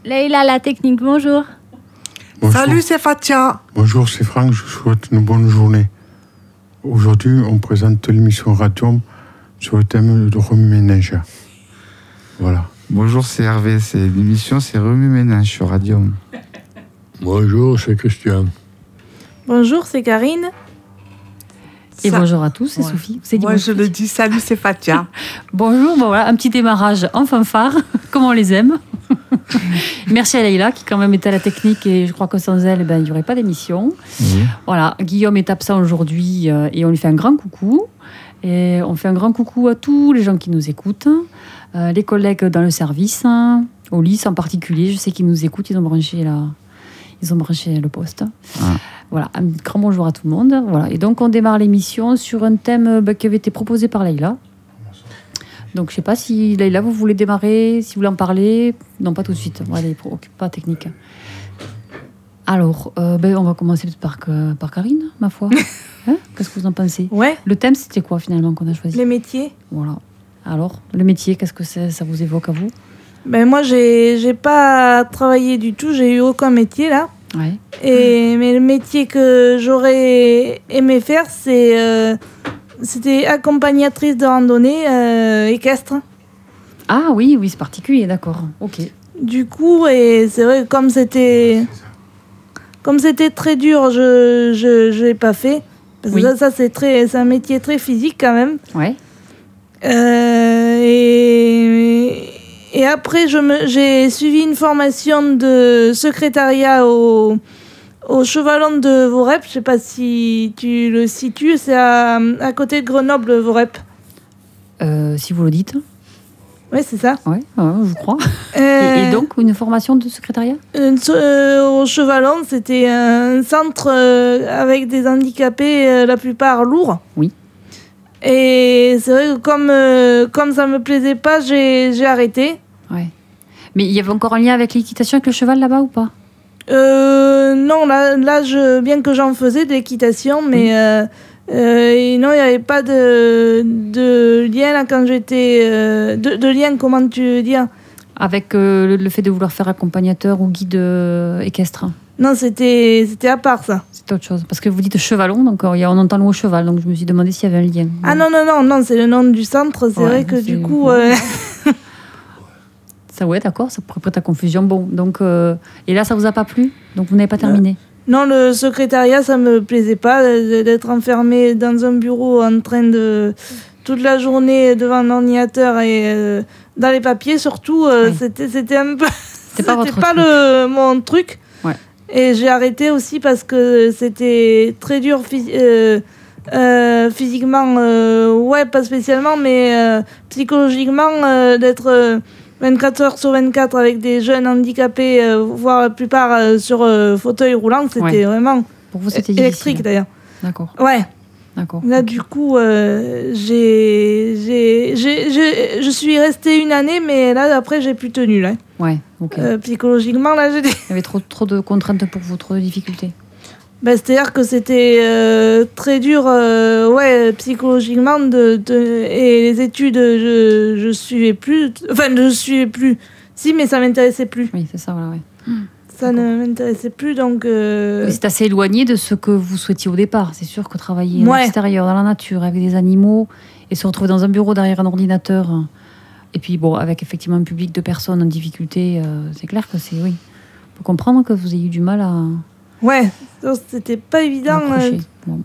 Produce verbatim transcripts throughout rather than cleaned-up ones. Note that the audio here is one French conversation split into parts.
Leïla, la technique, bonjour. Bonjour. Salut, c'est Fatia. Bonjour, c'est Franck, je vous souhaite une bonne journée. Aujourd'hui, on présente l'émission Radium sur le thème de remue-ménage. Voilà. Bonjour, c'est Hervé, c'est l'émission, c'est remue-ménage sur Radium. Bonjour, c'est Christian. Bonjour, c'est Karine. Et Ça... bonjour à tous, c'est ouais. Sophie. C'est Moi, je le dis, salut, c'est Fatia. Bonjour, bon voilà, un petit démarrage en fanfare, comme on les aime. Merci à Leïla, qui quand même est à la technique, et je crois que sans elle, ben, il n'y aurait pas d'émission. Oui. Voilà, Guillaume est absent aujourd'hui, euh, et on lui fait un grand coucou. Et on fait un grand coucou à tous les gens qui nous écoutent, euh, les collègues dans le service, hein, au lycée en particulier, je sais qu'ils nous écoutent, ils ont branché, la... ils ont branché le poste. Ah. Voilà, un grand bonjour à tout le monde. Voilà. Et donc, on démarre l'émission sur un thème bah, qui avait été proposé par Leïla. Donc, je ne sais pas si, Leïla, vous voulez démarrer, si vous voulez en parler. Non, pas tout de suite. Voilà, il ne pas technique. Alors, euh, ben, on va commencer par, par Karine, ma foi. Hein, qu'est-ce que vous en pensez? Ouais. Le thème, c'était quoi, finalement, qu'on a choisi? Les métiers. Voilà. Alors, le métier, qu'est-ce que c'est, ça vous évoque à vous? Ben, moi, j'ai, j'ai pas travaillé du tout. J'ai eu aucun métier, là. Ouais. Et, mais le métier que j'aurais aimé faire, c'est, euh, c'était accompagnatrice de randonnée euh, équestre. Ah oui, oui, c'est particulier, d'accord. Ok. Du coup, et c'est vrai que comme c'était, comme c'était très dur, je je, je l'ai pas fait. Parce que Oui. ça, ça c'est, très, c'est un métier très physique quand même. Ouais. Euh, et, et après, je me, j'ai suivi une formation de secrétariat au, au Chevalon de Vorep. Je ne sais pas si tu le situes, c'est à, à côté de Grenoble, Vorep. Euh, si vous le dites. Oui, c'est ça. Ouais, ouais, je crois. Euh, Et, et donc, une formation de secrétariat? une so- euh, au Chevalon, c'était un centre euh, avec des handicapés, euh, la plupart lourds. Oui. Et c'est vrai que comme, euh, comme ça ne me plaisait pas, j'ai, j'ai arrêté. Ouais. Mais il y avait encore un lien avec l'équitation avec le cheval là-bas ou pas? Euh, non, là, là je, bien que j'en faisais de l'équitation, mais Oui. euh, euh, et non, il n'y avait pas de, de lien là quand j'étais. Euh, de, de lien, comment tu veux dire? Avec euh, le, le fait de vouloir faire accompagnateur ou guide euh, équestre? Non, c'était, c'était à part ça. C'est autre chose. Parce que vous dites chevalon, donc euh, il y a- on entend le mot cheval, donc je me suis demandé s'il y avait un lien. Ah non, non, non, non, c'est le nom du centre. C'est Ouais, vrai que c'est- du coup. ouais. euh, Ça, ouais, d'accord, ça pourrait prêter à confusion. Bon, donc. euh, et là, ça vous a pas plu? Donc vous n'avez pas terminé? Non, le secrétariat, ça me plaisait pas euh, d'être enfermé dans un bureau en train de toute la journée devant un ordinateur et euh, dans les papiers surtout. euh, Oui. C'était, c'était un peu, C'était pas votre truc. le mon truc. Ouais. Et j'ai arrêté aussi parce que c'était très dur phys- euh, euh, physiquement, euh, ouais, pas spécialement, mais euh, psychologiquement euh, d'être euh, vingt-quatre heures sur vingt-quatre avec des jeunes handicapés, euh, voire la plupart euh, sur euh, fauteuil roulant, c'était Ouais. vraiment Pour vous, c'était électrique difficile. d'ailleurs. D'accord, Ouais, d'accord. là du coup, euh, j'ai, j'ai, j'ai, j'ai- je suis restée une année, mais là après j'ai plus tenu. Là. Ouais, ok. Euh, psychologiquement, là j'ai des... Il y avait trop, trop de contraintes pour vous, trop de difficultés. Ben, c'est-à-dire que c'était euh, très dur, euh, ouais, psychologiquement, de, de, et les études, je, je suivais plus. Enfin, je suivais plus. Si, mais ça m'intéressait plus. Oui, c'est ça, voilà, ouais. Ça ne m'intéressait plus, donc. euh, Oui, c'est assez éloigné de ce que vous souhaitiez au départ. C'est sûr que travailler à Ouais. l'extérieur, dans la nature, avec des animaux, et se retrouver dans un bureau derrière un ordinateur, et puis bon, avec effectivement un public de personnes en difficulté, euh, c'est clair que c'est, oui. On peut comprendre que vous ayez eu du mal à, Ouais, donc, c'était pas à évident. accrocher. euh, Bon.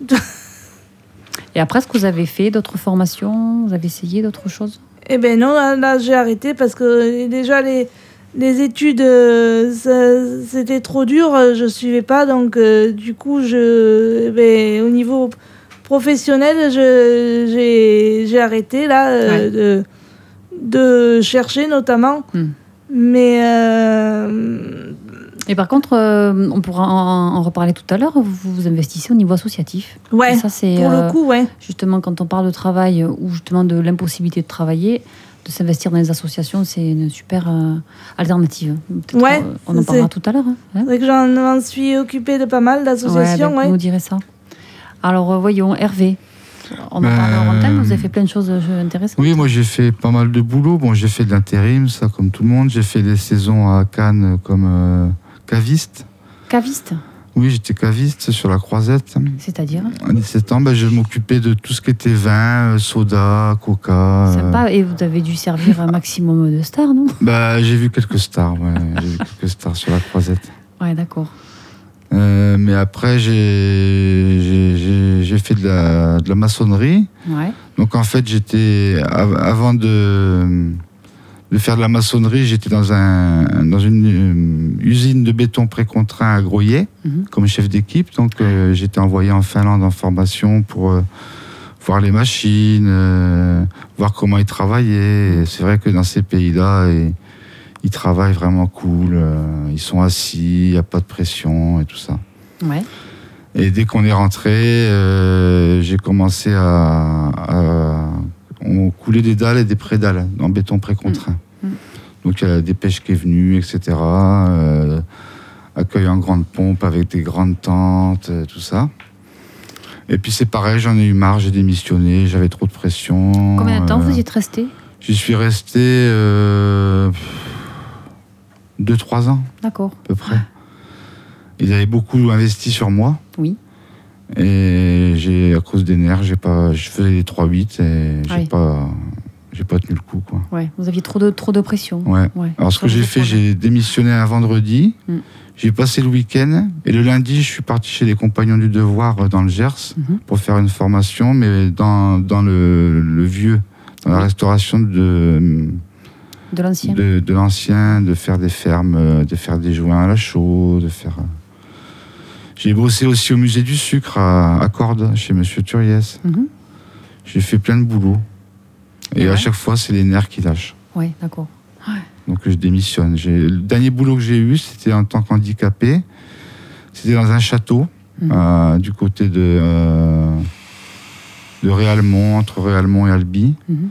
Et après, est-ce que vous avez fait d'autres formations? Vous avez essayé d'autres choses? Eh ben non, là, là, j'ai arrêté parce que déjà les, les études, euh, ça- c'était trop dur, euh, je suivais pas, donc euh, du coup, je, eh ben, au niveau professionnel, je, j'ai, j'ai arrêté là euh, de, de chercher notamment. Hmm. Mais euh, Et par contre, euh, on pourra en, en reparler tout à l'heure, vous vous investissez au niveau associatif. ouais, Et ça, c'est pour euh, le coup, ouais. justement quand on parle de travail ou justement de l'impossibilité de travailler, de s'investir dans les associations, c'est une super euh, alternative. Peut-être, Ouais, euh, on en c'est- parlera tout à l'heure. Hein. C'est vrai que j'en m'en suis occupée de pas mal d'associations, ben, ouais. Vous nous direz ça. Alors, euh, voyons, Hervé. On en Ben, parle en antenne, vous avez fait plein de choses euh, intéressantes. Oui, moi j'ai fait pas mal de boulot. Bon, j'ai fait de l'intérim, ça comme tout le monde. J'ai fait des saisons à Cannes comme euh, caviste. Caviste, Oui, j'étais caviste sur la Croisette. c'est-à-dire À dix-sept ans, ben, je m'occupais de tout ce qui était vin, euh, soda, coca. euh, Sympa. Et vous avez dû servir un maximum de stars, non? bah, j'ai vu quelques stars, ouais. J'ai vu quelques stars sur la Croisette. Ouais, d'accord. Euh, mais après, j'ai, j'ai, j'ai, j'ai fait de la, de la maçonnerie. Ouais. Donc en fait, j'étais av- avant de, de faire de la maçonnerie, j'étais dans un dans une, euh, usine de béton précontraint à Groyer Mhm. comme chef d'équipe. Donc euh, j'étais envoyé en Finlande en formation pour euh, voir les machines, euh, voir comment ils travaillaient. Et c'est vrai que dans ces pays-là, et, ils travaillent vraiment cool. euh, ils sont assis, il n'y a pas de pression et tout ça. Ouais. Et dès qu'on est rentré, euh, j'ai commencé à, à- On coulait des dalles et des prédales en béton précontraint. Mm. Mm. Donc il y a des pêches qui est venue, et cetera. Euh, accueil en grande pompe avec des grandes tentes, euh, tout ça. Et puis c'est pareil, j'en ai eu marre, j'ai démissionné, j'avais trop de pression. Combien de temps euh, vous y êtes resté? J'y suis resté euh, deux trois ans D'accord. à peu près. Ils avaient beaucoup investi sur moi. Oui. Et j'ai, à cause des nerfs, j'ai pas, je faisais les trois huit et j'ai Ah oui. pas, j'ai pas tenu le coup, quoi. Ouais. Vous aviez trop de, trop de pression. Ouais. Ouais. Alors ce que Ça j'ai vous fait, prend. j'ai démissionné un vendredi. Mm. J'ai passé le week-end et le lundi, je suis parti chez les Compagnons du Devoir euh, dans le Gers Mhm. pour faire une formation, mais dans, dans le, le vieux, dans la Oui. restauration de, De l'ancien. de, de l'ancien, de faire des fermes, euh, de faire des joints à la chaux, de faire. euh. J'ai bossé aussi au musée du sucre à, à Cordes, chez Monsieur Turiès. Mhm. J'ai fait plein de boulot. Et Et à ouais. chaque fois, c'est les nerfs qui lâchent. Ouais, d'accord. Donc je démissionne. J'ai... Le dernier boulot que j'ai eu, c'était en tant qu'handicapé. C'était dans un château, Mhm. euh, du côté de, euh, de Réalmont, entre Réalmont et Albi. Mhm.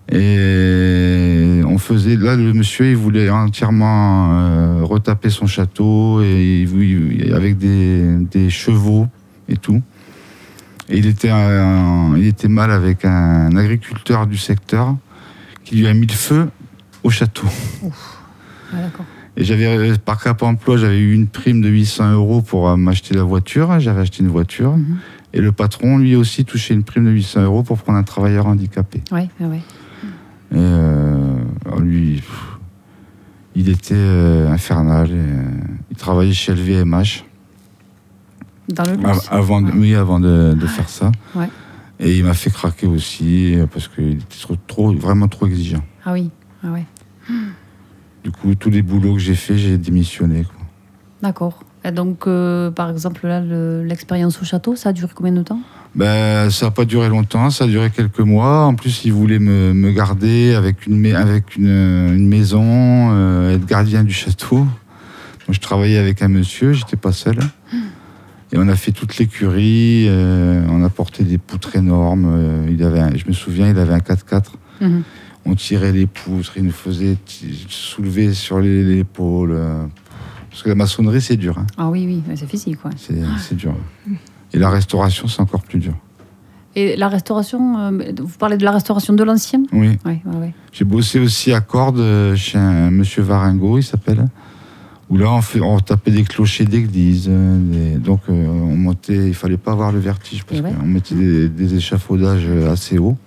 Et on faisait. Là, le monsieur, il voulait entièrement euh, retaper son château et il voulait- avec des, des chevaux et tout. Et il était, un- il était mal avec un agriculteur du secteur qui lui a mis le feu au château. Ouais, d'accord. Et j'avais, par Cap Emploi, j'avais eu une prime de huit cents euros pour euh, m'acheter la voiture. J'avais acheté une voiture. Mhm. Et le patron, lui aussi, touchait une prime de huit cents euros pour prendre un travailleur handicapé. Ouais, ouais, ouais. Et euh, alors lui, pff, il était euh, infernal. Et, euh, il travaillait chez L V M H Dans le av- luxe. avant, de, Ouais. oui, avant de, de faire ça. Ouais. Et il m'a fait craquer aussi euh, parce qu'il était trop, trop, vraiment trop exigeant. Ah oui, ah ouais. Du coup, tous les boulots que j'ai faits, j'ai démissionné, quoi. D'accord. Et donc, euh, par exemple, là, le- l'expérience au château, ça a duré combien de temps? Ben, ça n'a pas duré longtemps, ça a duré quelques mois. En plus, ils voulaient me, me garder avec une, mai- avec une, une maison, euh, être gardien du château. Donc, je travaillais avec un monsieur, j'étais pas seul. Et on a fait toute l'écurie, euh, on a porté des poutres énormes. euh, il avait un- je me souviens, il avait un quatre-quatre. Mhm. On tirait les poutres, il nous faisait t- soulever sur les- l'épaule. euh, Parce que la maçonnerie, c'est dur. Hein. Ah oui, oui, ouais, c'est physique, quoi. C'est, c'est dur. Et la restauration, c'est encore plus dur. Et la restauration, euh, vous parlez de la restauration de l'ancien? Oui. Oui, oui, oui. J'ai bossé aussi à Cordes euh, chez un monsieur Varingo, il s'appelle. Où là, on, fait, on tapait des clochers d'église. euh, des- donc, euh, on montait, il fallait pas avoir le vertige parce Et ouais. qu'on mettait des, des échafaudages euh, assez hauts.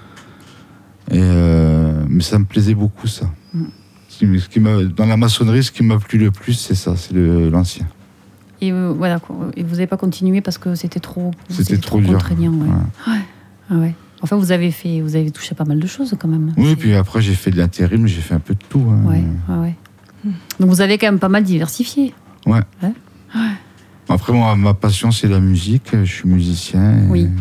Et, euh, mais ça me plaisait beaucoup, ça. Mm. Ce qui, ce qui m'a, dans la maçonnerie, ce qui m'a plu le plus, c'est ça, c'est le, l'ancien. Et, euh, voilà, quoi. Et vous n'avez pas continué parce que c'était trop, C'était trop dur. contraignant. Ouais. Ouais. Ouais. Ah ouais. Enfin, vous avez fait, vous avez touché pas mal de choses quand même. Oui, C'est- puis après, j'ai fait de l'intérim, j'ai fait un peu de tout. hein. Ouais, ouais, ouais. Donc vous avez quand même pas mal diversifié. Ouais. Ouais. Après, moi, ma passion, c'est la musique. Je suis musicien. et Oui.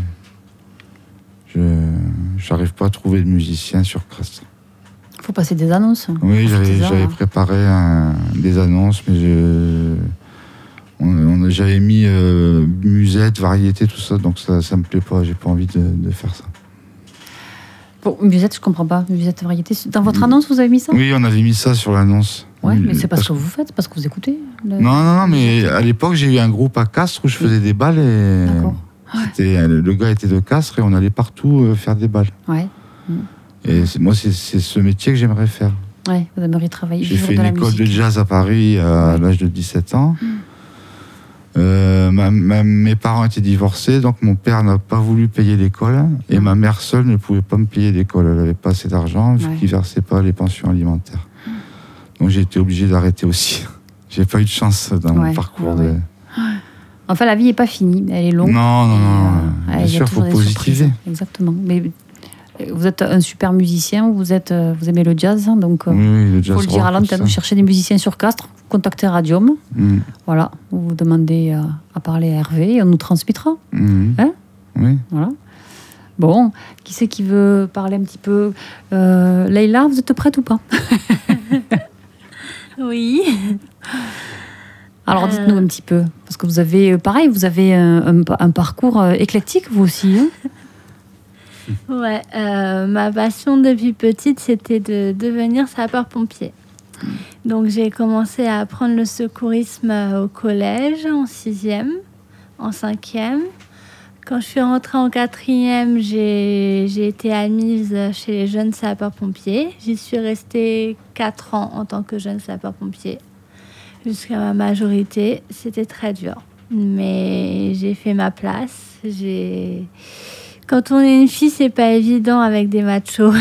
Je n'arrive pas à trouver de musicien sur Crest. Faut passer des annonces. Oui, j'avais, Artisan, j'avais hein. préparé un- des annonces, mais je, on, on- j'avais mis euh, musette, variété, tout ça, donc ça ne me plaît pas. J'ai pas envie de, de faire ça. Bon, musette, je comprends pas. Musette variété. Dans votre annonce, vous avez mis ça? Oui, on avait mis ça sur l'annonce. Ouais, Oui, mais c'est pas parce ce que vous faites, parce que vous écoutez. le- Non, non, non, mais à l'époque, j'ai eu un groupe à Castres où je faisais des balles et D'accord. C'était, le gars était de Castres et on allait partout euh, faire des balles. Ouais. Et c'est, moi, c'est, c'est ce métier que j'aimerais faire. Ouais, vous aimeriez travailler. J'ai vivre fait de une la école musique. de jazz à Paris à Ouais. l'âge de dix-sept ans. Mm. Euh, ma, ma, mes parents étaient divorcés, donc mon père n'a pas voulu payer l'école et Mm. ma mère seule ne pouvait pas me payer l'école. Elle n'avait pas assez d'argent, vu Ouais. qu'il ne versait pas les pensions alimentaires. Donc j'ai été obligé d'arrêter aussi. J'ai pas eu de chance dans Ouais, mon parcours. ouais, de... ouais. Enfin, la vie n'est pas finie, elle est longue. Non, non, Et, non. euh, Bien il y a sûr, il faut toujours des positiver. surprises. Exactement. Mais euh, vous êtes un super musicien, vous, êtes, euh, vous aimez le jazz, hein, donc il Oui, oui, le faut jazz le dire à rock, l'antenne. tout Vous ça. cherchez des musiciens sur Castres, vous contactez Radium. Mm. Voilà, vous vous demandez euh, à parler à Hervé et on nous transmettra. Mm. Hein Oui. Voilà. Bon, qui c'est qui veut parler un petit peu euh, Leïla, vous êtes prête ou pas? Oui. Alors Euh. dites-nous un petit peu, parce que vous avez, euh, pareil, vous avez un, un- un parcours euh, éclectique, vous aussi. Hein. Ouais, euh, ma passion depuis petite, c'était de devenir sapeur-pompier. Donc j'ai commencé à apprendre le secourisme euh, au collège, en sixième, en cinquième. Quand je suis rentrée en quatrième, j'ai, j'ai été admise chez les jeunes sapeurs-pompiers. J'y suis restée quatre ans en tant que jeune sapeur-pompier, jusqu'à ma majorité. C'était très dur, mais j'ai fait ma place. J'ai... Quand on est une fille, c'est pas évident avec des machos.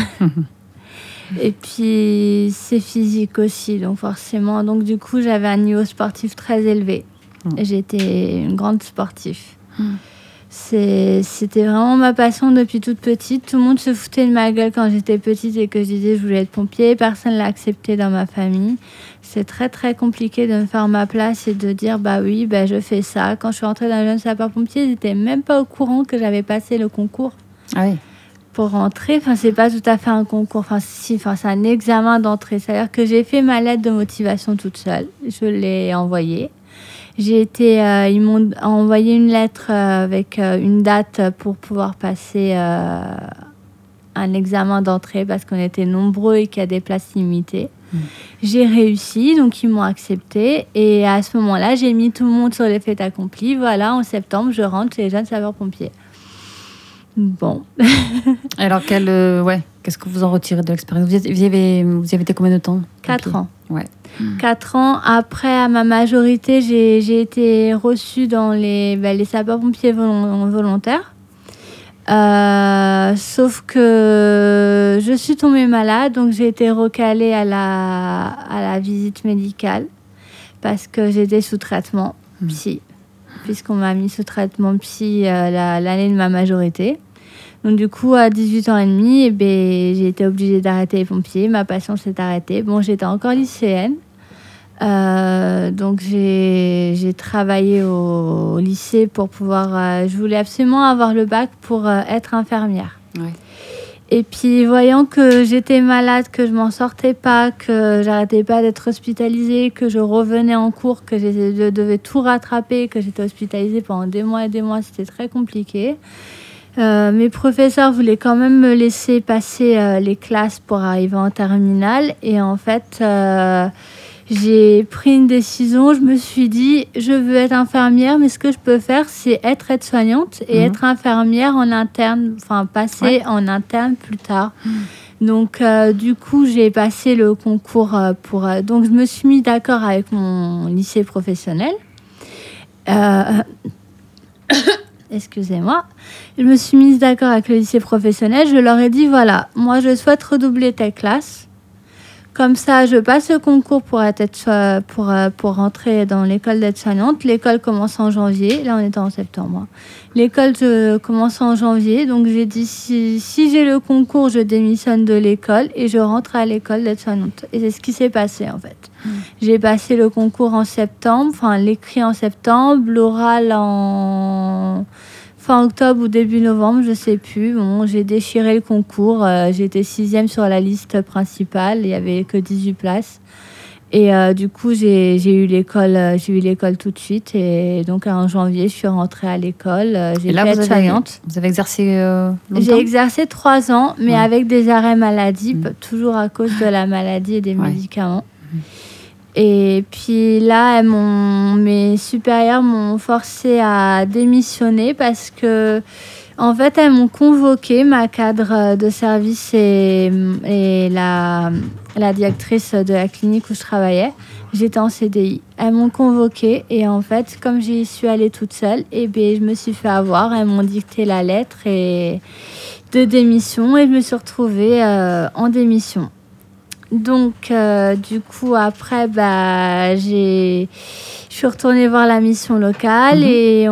Et puis, c'est physique aussi, donc forcément. Donc, du coup, j'avais un niveau sportif très élevé. Mm. J'étais une grande sportive. Mm. C'est, c'était vraiment ma passion depuis toute petite. Tout le monde se foutait de ma gueule quand j'étais petite et que je disais que je voulais être pompier. Personne ne l'a accepté dans ma famille. C'est très, très compliqué de me faire ma place et de dire, bah oui, bah, je fais ça. Quand je suis rentrée dans le jeune sapeur-pompier, ils n'étaient même pas au courant que j'avais passé le concours Ah oui. pour rentrer. Enfin, c'est pas tout à fait un concours. Enfin, si, enfin, c'est un examen d'entrée. C'est-à-dire que j'ai fait ma lettre de motivation toute seule. Je l'ai envoyée. J'ai été, euh, ils m'ont envoyé une lettre euh, avec euh, une date pour pouvoir passer euh, un examen d'entrée parce qu'on était nombreux et qu'il y a des places limitées. Mmh. J'ai réussi, donc ils m'ont accepté. Et à ce moment-là, j'ai mis tout le monde sur les faits accomplis. Voilà, en septembre, je rentre chez les jeunes sapeurs-pompiers. Bon. Alors, quel, euh, ouais, qu'est-ce que vous en retirez de l'expérience? vous, êtes- vous, y avez, vous y avez été combien de temps? Quatre ans. Ouais. Quatre ans après, à ma majorité, j'ai, j'ai été reçue dans les, ben, les sapeurs-pompiers volon- volontaires. Euh, sauf que je suis tombée malade, donc j'ai été recalée à la, à la visite médicale parce que j'étais sous traitement psy, puisqu'on m'a mis sous traitement psy euh, la, l'année de ma majorité. Donc du coup, à dix-huit ans et demi, eh ben, j'ai été obligée d'arrêter les pompiers. Ma passion s'est arrêtée. Bon, j'étais encore lycéenne. Euh, donc j'ai, j'ai travaillé au, au lycée pour pouvoir... Euh, je voulais absolument avoir le bac pour euh, être infirmière. Ouais. Et puis, voyant que j'étais malade, que je m'en sortais pas, que j'arrêtais pas d'être hospitalisée, que je revenais en cours, que je devais tout rattraper, que j'étais hospitalisée pendant des mois et des mois, c'était très compliqué. Euh, mes professeurs voulaient quand même me laisser passer euh, les classes pour arriver en terminale. Et en fait, euh, j'ai pris une décision. Je me suis dit, je veux être infirmière, mais ce que je peux faire, c'est être aide-soignante et Mmh. être infirmière en interne, enfin passer Ouais. en interne plus tard. Mmh. Donc, euh, du coup, j'ai passé le concours euh, pour... Euh, donc, je me suis mis d'accord avec mon lycée professionnel. Euh, Excusez-moi. Je me suis mise d'accord avec le lycée professionnel. Je leur ai dit, voilà, moi, je souhaite redoubler telle classe. Comme ça, je passe le concours pour, être, pour, pour rentrer dans l'école d'aide-soignante. L'école commence en janvier. Là, on était en septembre. L'école je, commence en janvier. Donc, j'ai dit, si, si j'ai le concours, je démissionne de l'école et je rentre à l'école d'aide-soignante. Et c'est ce qui s'est passé, en fait. Mmh. J'ai passé le concours en septembre, enfin, l'écrit en septembre, l'oral en... fin octobre ou début novembre, je sais plus. Bon, j'ai déchiré le concours. Euh, j'étais sixième sur la liste principale. Il y avait que dix-huit places. Et euh, du coup, j'ai, j'ai eu l'école. Euh, j'ai eu l'école tout de suite. Et donc en janvier, je suis rentrée à l'école. Euh, j'ai Et là, fait vous avez, aide-soignante. vous avez exercé euh, longtemps? J'ai exercé trois ans, mais ouais. avec des arrêts maladie, mmh. toujours à cause de la maladie et des ouais. médicaments. Mmh. Et puis là, elles m'ont, mes supérieurs m'ont forcé à démissionner parce que, en fait, elles m'ont convoqué, ma cadre de service et, et la, la directrice de la clinique où je travaillais. J'étais en C D I. Elles m'ont convoqué et en fait, comme j'y suis allée toute seule, et ben, je me suis fait avoir. Elles m'ont dicté la lettre et de démission et je me suis retrouvée euh, en démission. Donc, euh, du coup, après, bah, j'ai... je suis retournée voir la mission locale mmh. et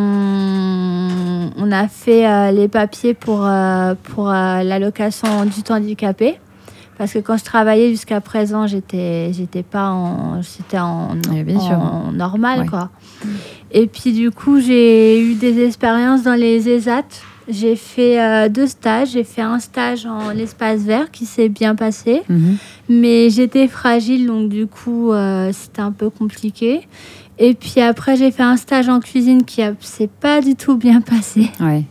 on, on a fait euh, les papiers pour, euh, pour euh, l'allocation du temps handicapé. Parce que quand je travaillais jusqu'à présent, j'étais, j'étais pas en, j'étais en, bien sûr. en normal, ouais. quoi. Mmh. Et puis, du coup, j'ai eu des expériences dans les E S A T. J'ai fait euh, deux stages. J'ai fait un stage en l'espace vert qui s'est bien passé. Mmh. Mais j'étais fragile, donc du coup, euh, c'était un peu compliqué. Et puis après, j'ai fait un stage en cuisine qui ne s'est pas du tout bien passé. Ouais.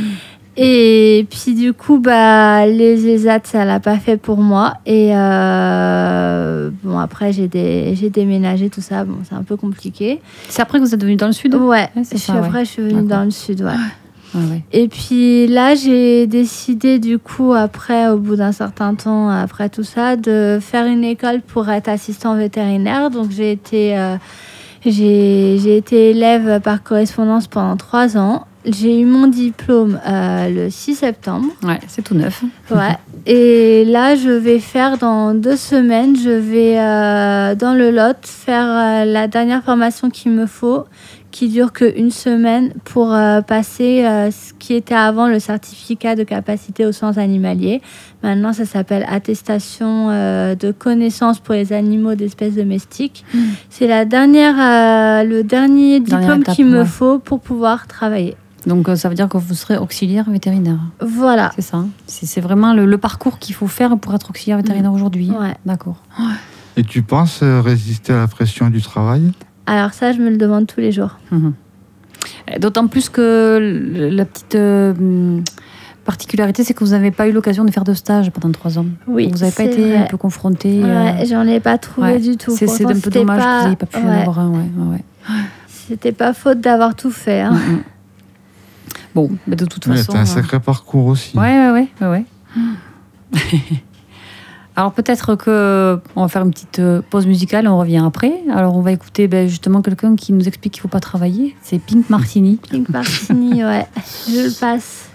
Et puis du coup, bah, les E S A T, ça ne l'a pas fait pour moi. Et euh, bon, après, j'ai, des, j'ai déménagé, tout ça. Bon, c'est un peu compliqué. C'est après que vous êtes venue dans le sud ? Ouais, ouais c'est je ça, suis, ouais. après, je suis venue D'accord. dans le sud, ouais. Ah ouais. Et puis là, j'ai décidé du coup, après, au bout d'un certain temps, après tout ça, de faire une école pour être assistant vétérinaire. Donc j'ai été, euh, j'ai, j'ai été élève par correspondance pendant trois ans. J'ai eu mon diplôme euh, le six septembre. Ouais, c'est tout neuf. Ouais. Et là, je vais faire dans deux semaines, je vais euh, dans le Lot faire euh, la dernière formation qu'il me faut, qui dure qu'une semaine pour euh, passer euh, ce qui était avant le certificat de capacité aux soins animaliers. Maintenant, ça s'appelle attestation euh, de connaissances pour les animaux d'espèces domestiques. Mmh. C'est la dernière, euh, le dernier diplôme étape, qu'il me ouais. faut pour pouvoir travailler. Donc, ça veut dire que vous serez auxiliaire vétérinaire. Voilà. C'est ça. C'est, c'est vraiment le, le parcours qu'il faut faire pour être auxiliaire vétérinaire mmh. aujourd'hui. Ouais. D'accord. Et tu penses résister à la pression du travail ? Alors ça, je me le demande tous les jours. Mmh. D'autant plus que la petite euh, particularité, c'est que vous n'avez pas eu l'occasion de faire de stage pendant trois ans. Oui, vous n'avez pas été vrai. un peu confronté. Ouais, euh... j'en ai pas trouvé ouais. du tout. C'est, c'est un peu dommage pas... que vous n'ayez pas pu ouais. en avoir un. Ouais, ouais, ouais. C'était pas faute d'avoir tout fait. Hein. Mmh. Bon, mais de toute ouais, façon... T'as un sacré euh... parcours aussi. Ouais, ouais, ouais. ouais, ouais. Alors peut-être qu'on va faire une petite pause musicale et on revient après. Alors on va écouter ben, justement quelqu'un qui nous explique qu'il ne faut pas travailler. C'est Pink Martini. Pink Martini, ouais. Je le passe.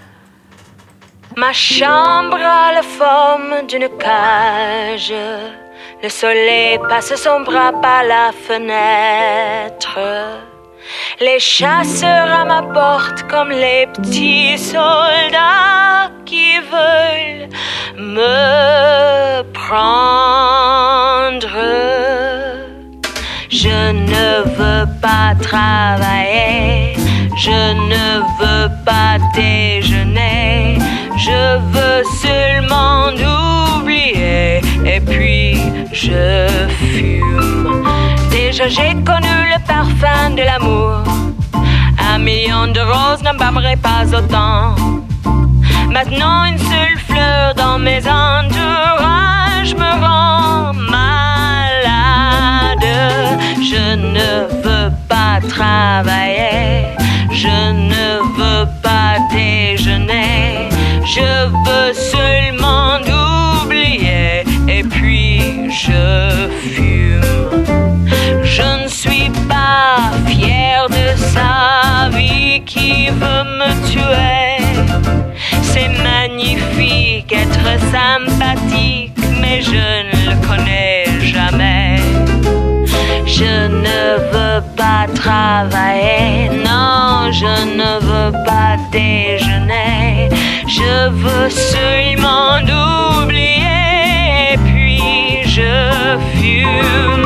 Ma chambre a la forme d'une cage. Le soleil passe son bras par la fenêtre. Les chasseurs à ma porte comme les petits soldats qui veulent me prendre. Je ne veux pas travailler, je ne veux pas déjeuner, je veux seulement oublier et puis je fume. Déjà j'ai connu le parfum de l'amour. Un million de roses n'embaumerait pas autant. Maintenant une seule fleur dans mes entourages me rend malade. Je ne veux pas travailler, je ne veux pas déjeuner, je veux seulement oublier et puis je fume. Je ne suis pas fière de sa vie qui veut me tuer. C'est magnifique être sympathique, mais je ne le connais jamais. Je ne veux pas travailler, non, je ne veux pas déjeuner. Je veux seulement oublier, puis je fume.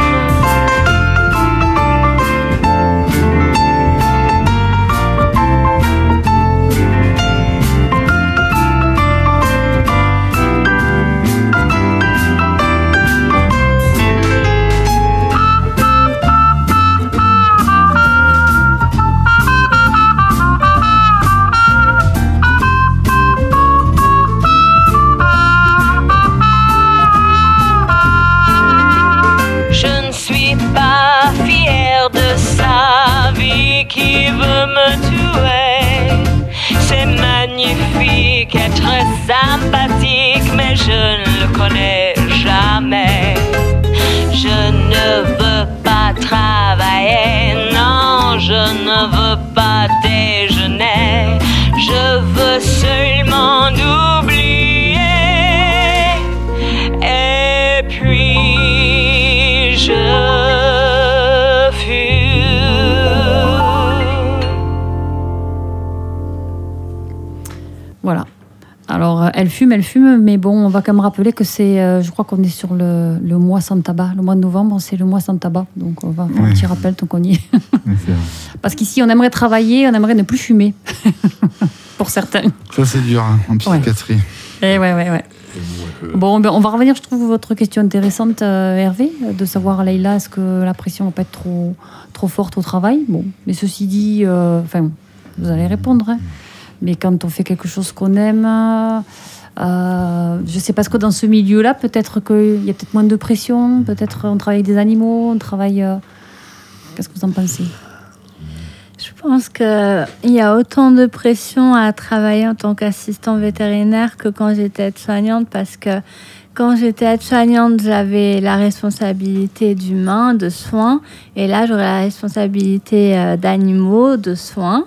Je ne faire de sa vie qui veut me tuer. C'est magnifique et très sympathique, mais je ne le connais jamais. Je ne veux pas travailler, non, je ne veux pas déjeuner. Je veux seulement oublier. Et puis je fume. Voilà. Alors, elle fume, elle fume, mais bon, on va quand même rappeler que c'est, euh, je crois qu'on est sur le, le mois sans tabac. Le mois de novembre, c'est le mois sans tabac. Donc, on va faire Ouais. un petit rappel tant qu'on y est. Ouais, c'est vrai. Parce qu'ici, on aimerait travailler, on aimerait ne plus fumer. Pour certains. Ça, c'est dur, hein, en psychiatrie. Eh ouais, ouais, ouais. Bon, ben, on va revenir, je trouve, votre question intéressante, euh, Hervé, de savoir, Leïla, est-ce que la pression ne va pas être trop, trop forte au travail? Bon, mais ceci dit, euh, enfin, vous allez répondre, hein. Mais quand on fait quelque chose qu'on aime, euh, je ne sais pas ce que dans ce milieu-là, peut-être qu'il y a peut-être moins de pression, peut-être on travaille avec des animaux, on travaille... euh, Qu'est-ce que vous en pensez? Je pense qu'il y a autant de pression à travailler en tant qu'assistant vétérinaire que quand j'étais aide-soignante, parce que quand j'étais aide-soignante, j'avais la responsabilité d'humains, de soins, et là, j'aurais la responsabilité euh, d'animaux, de soins.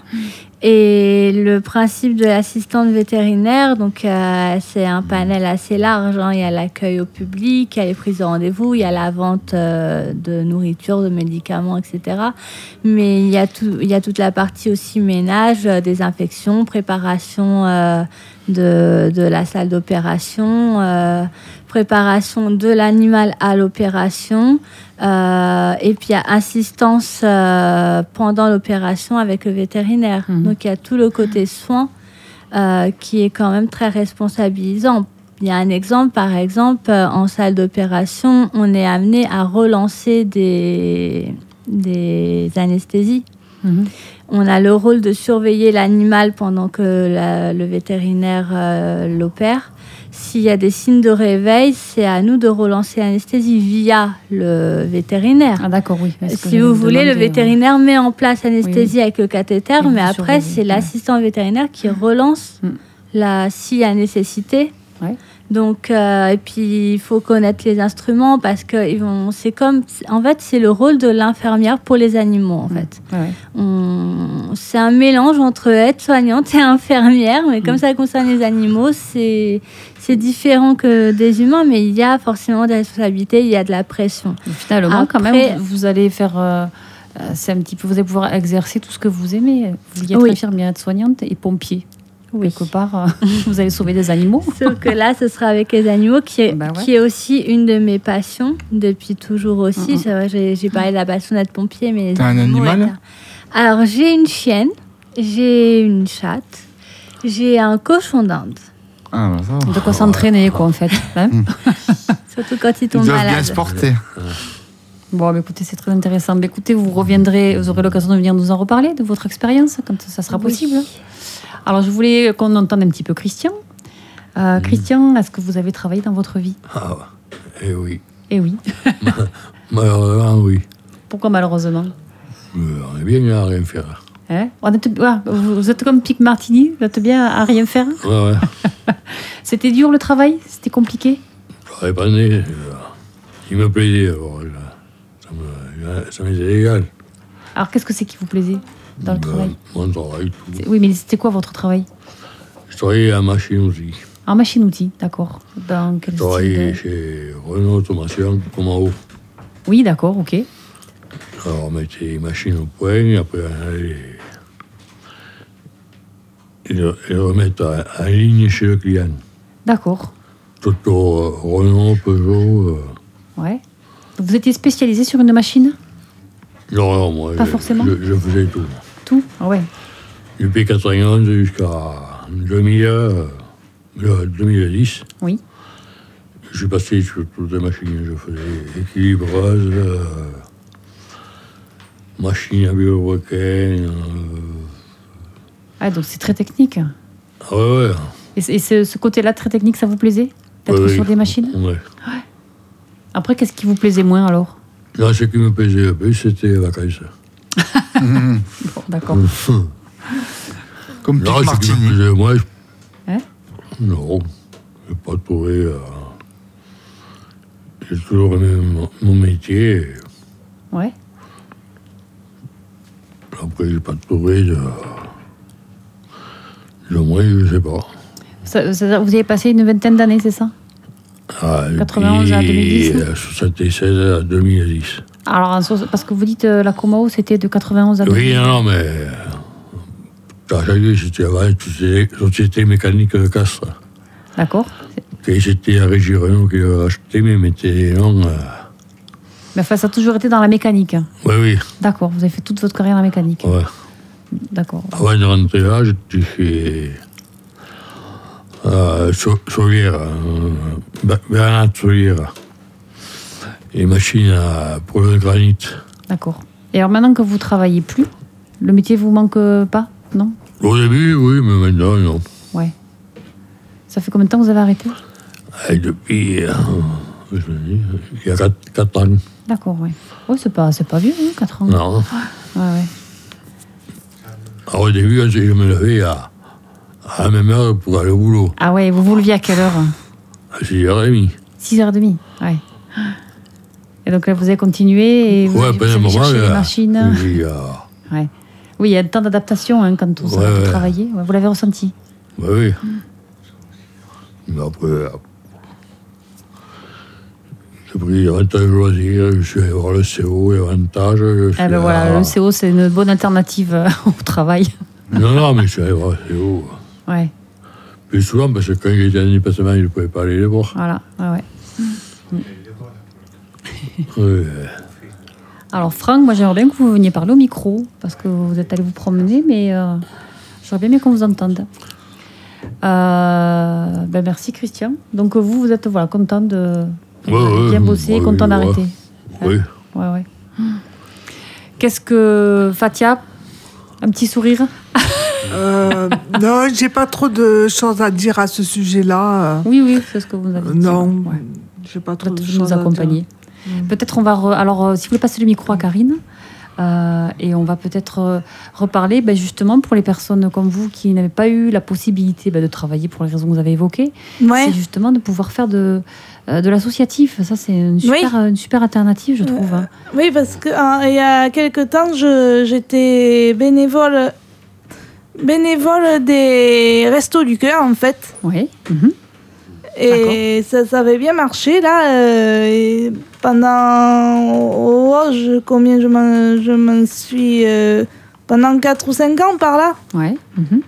Et le principe de l'assistante vétérinaire, donc euh, c'est un panel assez large, hein. Il y a l'accueil au public, il y a les prises de rendez-vous, il y a la vente euh, de nourriture, de médicaments, et cetera. Mais il y a, tout, il y a toute la partie aussi ménage, euh, désinfection, préparation euh, de, de la salle d'opération, euh, préparation de l'animal à l'opération. Euh, et puis il y a assistance euh, pendant l'opération avec le vétérinaire. Mmh. Donc il y a tout le côté soin euh, qui est quand même très responsabilisant. Il y a un exemple, par exemple, euh, en salle d'opération, on est amené à relancer des, des anesthésies. Mhm. On a le rôle de surveiller l'animal pendant que la- le vétérinaire euh, l'opère. S'il y a des signes de réveil, c'est à nous de relancer l'anesthésie via le vétérinaire. Ah d'accord, oui. Est-ce que Si j'allais vous vous voulez, le demander, ouais. vétérinaire met en place l'anesthésie Oui. avec le cathéter, Et vous mais après, surveillez, c'est ouais. l'assistant vétérinaire qui relance Mm. la, s'il y a nécessité. Ouais. Donc, euh, et puis, il faut connaître les instruments parce que ils vont, c'est comme, en fait, c'est le rôle de l'infirmière pour les animaux, en fait. Ouais, ouais. On- c'est un mélange entre aide-soignante et infirmière, mais comme Mm. ça concerne les animaux, c'est, c'est différent que des humains, mais il y a forcément des responsabilités, il y a de la pression. Et finalement, quand Après- même, vous, vous allez faire... euh, euh, c'est un petit peu... Vous allez pouvoir exercer tout ce que vous aimez. Vous vouliez être Oui. infirmière, soignante et pompier. Oui. Quelque part, euh, vous allez sauver des animaux. Sauf que là, ce sera avec les animaux, qui est, Bah ouais. qui est aussi une de mes passions, depuis toujours aussi. Mhm. C'est vrai, j'ai, j'ai parlé de la passion d'être pompier, mais... les T'as un animaux animal est un- Alors, j'ai une chienne, j'ai une chatte, j'ai un cochon d'Inde. Ah, bah, ça va. De quoi s'entraîner, quoi, en fait. Hein. Surtout quand ils Ils tombent doivent bien malades. se porter. Bon, bah, écoutez, c'est très intéressant. Mais écoutez, vous reviendrez, vous aurez l'occasion de venir nous en reparler, de votre expérience, quand ça sera Oui. possible. Alors, je voulais qu'on entende un petit peu Christian. Euh, Christian, est-ce que vous avez travaillé dans votre vie? Ah, eh oui. Eh oui. Malheureusement, oui. Pourquoi malheureusement? Euh, On est bien à rien faire. Hein? On est- ah, vous êtes comme Pic Martini, vous êtes bien à rien faire. Ouais, ouais. C'était dur le travail? C'était compliqué? Ça dépendait. euh, Il me plaisait. Alors, je- ça me- ça m'était égal. Alors, qu'est-ce que c'est qui vous plaisait dans le Ben, travail? Mon travail, tout. C'est- Oui, mais c'était quoi votre travail? Je travaillais à machine aussi. En machine-outil, d'accord. Dans quel Je travaillais style? chez Renault Automation, comme en haut. Oui, d'accord, ok. Alors, on mettait les machines au point, et après, on allait les, les- les remettre en, en ligne chez le client. D'accord. Toto, euh, Renault, Peugeot. euh, Ouais. Donc, vous étiez spécialisé sur une machine? non, non, moi, Pas je, forcément. je, je faisais tout. Tout? Ah ouais. Du P quatre-vingt-onze jusqu'à deux mille, euh, deux mille dix. Oui. Je suis passé sur toutes les machines. Je faisais équilibreuse, euh, machine à biorequin. Euh, Ah, donc c'est très technique. ah ouais, ouais. Et, c- et ce, ce côté-là, très technique, ça vous plaisait? D'être Ouais, sur oui. des machines? Ouais. Après, qu'est-ce qui vous plaisait moins alors? Là, ce qui me plaisait le plus, c'était les vacances. Bon, d'accord. Comme Là, Pierre ce qui me Martini. plaisait, moi, je... Hein non, je n'ai pas trouvé... Euh... J'ai toujours aimé mon, mon métier. Ouais. Après, j'ai pas trouvé de... de moyen, je sais pas. Ça, ça, vous avez passé une vingtaine d'années, c'est ça? Ah, quatre-vingt-onze à deux mille dix. De soixante-seize à deux mille dix. Alors, en so- parce que vous dites euh, la Comao, c'était de quatre-vingt-onze à deux mille dix. Oui, non, non, mais... euh, Quand j'arrivais, j'étais avant une société, société mécanique de Castres. D'accord. Et c'était la Régie Renault qui l'a acheté, mais mettait les noms... Euh... Mais enfin, ça a toujours été dans la mécanique. Oui, oui, D'accord, vous avez fait toute votre carrière dans la mécanique. ouais. D'accord. Avant de rentrer là, j'étais chez... Euh, Sau- Saulière, euh, Ber- Bernard Saulière. Et machine à, pour le granit. D'accord. Et alors maintenant que vous travaillez plus, le métier vous manque pas? Non? Au début, oui, mais maintenant, non. Ouais. Ça fait combien de temps que vous avez arrêté? Et depuis, euh, je me dis, il y a quatre ans. D'accord, oui. Oui, c'est pas, c'est pas vieux, hein, quatre ans. Non. Ouais, ouais. Alors, au début, je me levais à, à la même heure pour aller au boulot, Ah ouais, vous vous leviez à quelle heure? à six heures trente. six heures trente, ouais. Et donc là, vous avez continué et vous, Ouais, avez- vous pendant un avez moment, cherché les là, machines. j'ai, euh, Ouais. Oui, il y a un temps d'adaptation hein, quand on s'arrête Ouais, de ouais. travailler. Ouais, vous l'avez ressenti? bah oui. Mais après, euh, j'ai pris davantage de loisirs, je suis allé voir le C O, les avantages. je suis Ah ben voilà, à- le C O, c'est une bonne alternative euh, au travail. Non, non, mais je suis allé voir le C O. Ouais, Plus souvent, parce que quand j'étais en déplacement, je ne pouvais pas aller les voir. voilà. Ouais, ouais. Oui. Alors Franck, moi j'aimerais bien que vous veniez parler au micro, parce que vous êtes allé vous promener, mais euh, j'aurais bien aimé qu'on vous entende. Euh, ben merci Christian. Donc vous, vous êtes voilà, content de Ouais, ouais, bien bosser, ouais, content ouais. d'arrêter. Oui. Ouais, ouais. Qu'est-ce que Fatia, un petit sourire? Euh, non, j'ai pas trop de choses à dire à ce sujet-là. Oui, oui, c'est ce que vous avez dit. Non, Ouais. j'ai pas trop de Peut-être choses nous à dire. accompagner. Mm. Peut-être on va... re- Alors, euh, si vous voulez passer le micro à Karine, euh, et on va peut-être euh, reparler ben, justement pour les personnes comme vous qui n'avaient pas eu la possibilité ben, de travailler pour les raisons que vous avez évoquées, Ouais. c'est justement de pouvoir faire de, euh, de l'associatif. Ça, c'est une super, une super alternative, je trouve. hein. Oui, parce que hein, il y a quelque temps, je- j'étais bénévole, bénévole des Restos du Cœur, en fait. Oui. Mhm. Et ça, ça avait bien marché, là. euh, et pendant... Oh, je, combien je m'en, je m'en suis... euh, pendant quatre ou cinq ans, par là. Ouais. Mhm.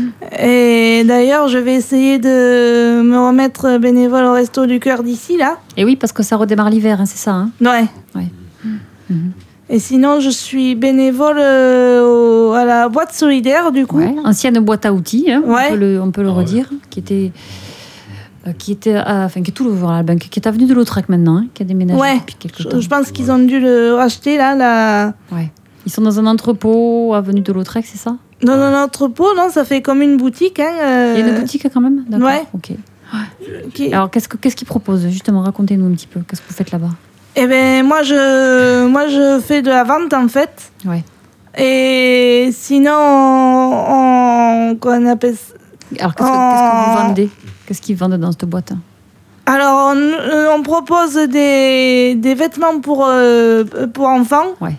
Et d'ailleurs, je vais essayer de me remettre bénévole au Resto du Cœur d'ici, là. Et oui, parce que ça redémarre l'hiver, hein, c'est ça. hein. Ouais. Ouais. Mhm. Et sinon, je suis bénévole euh, au- à la boîte solidaire, du coup. Ouais. Ancienne boîte à outils, hein, Ouais. on peut le, on peut le Ah ouais. redire, qui était... euh, qui était, à- enfin, qui est tout le, voilà, ben, qui est avenue de Lautrec maintenant, hein, qui a déménagé Ouais. depuis quelques temps. Je, je pense qu'ils ont dû le racheter, là. là. Ouais. Ils sont dans un entrepôt avenue de Lautrec, c'est ça? Dans un entrepôt, non, ça fait comme une boutique. Hein, euh, Il y a une boutique quand même? D'accord. ouais. Ok. qui- Alors qu'est-ce que- qu'est-ce qu'ils proposent? Justement, racontez-nous un petit peu. Qu'est-ce que vous faites là-bas? Eh ben, moi, je, moi, je fais de la vente, en fait. Ouais. Et sinon, on, on- qu'on appelle ça- Alors qu'est-ce que, qu'est-ce que vous Oh. vendez? Qu'est-ce qu'ils vendent dans cette boîte? Alors, on, on propose des, des vêtements pour, euh, pour enfants. Ouais.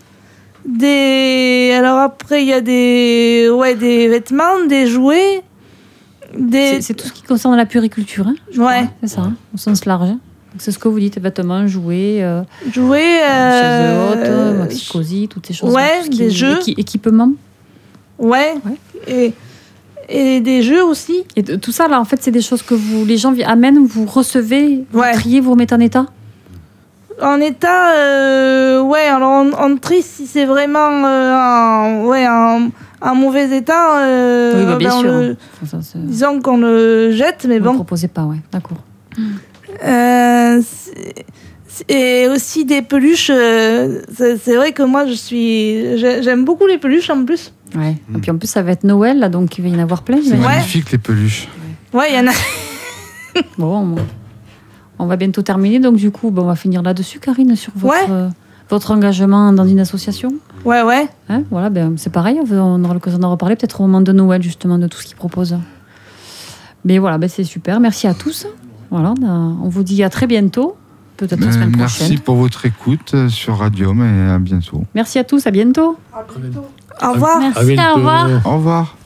Des, alors après, il y a des, ouais, des vêtements, des jouets. Des, C'est, c'est tout ce qui concerne la puriculture, hein, je crois, Ouais. hein, c'est ça, hein, au sens large. hein. Donc, c'est ce que vous dites, vêtements, jouets, euh, jouets. chaises euh, hautes, maxi cosy, toutes ces choses. ouais, des jeux. équipements. Ouais. Ouais. Et, et des jeux aussi. Et de- tout ça, là, en fait, c'est des choses que vous, les gens vi- amènent, vous recevez, vous Ouais. triez, vous remettez en état. En état, euh, ouais, alors on, on trie si c'est vraiment euh, en, ouais, en, en mauvais état. euh, oui, bah, bien ben, on sûr. le- hein. Enfin, ça, c'est- disons qu'on le jette, mais vous ne bon. proposez pas, ouais, d'accord. Euh, c'est- c'est- et aussi des peluches. euh, c'est, c'est vrai que moi, je suis, j'ai- j'aime beaucoup les peluches en plus. Ouais. Et puis en plus, ça va être Noël, là, donc il va y en avoir plein. C'est j'imagine. Ouais. magnifique, les peluches. Ouais, il y en a. Bon, on- on va bientôt terminer, donc du coup, ben, on va finir là-dessus, Karine, sur votre, Ouais. euh, Votre engagement dans une association ? Ouais, ouais. Hein, voilà, ben, c'est pareil, on aura l'occasion d'en reparler peut-être au moment de Noël, justement, de tout ce qu'ils proposent. Mais voilà, ben, c'est super. Merci à tous. Voilà, on vous dit à très bientôt, peut-être la semaine prochaine. Merci pour votre écoute sur Radium et à bientôt. Merci à tous, à bientôt. Au revoir. Merci, au revoir. Au revoir.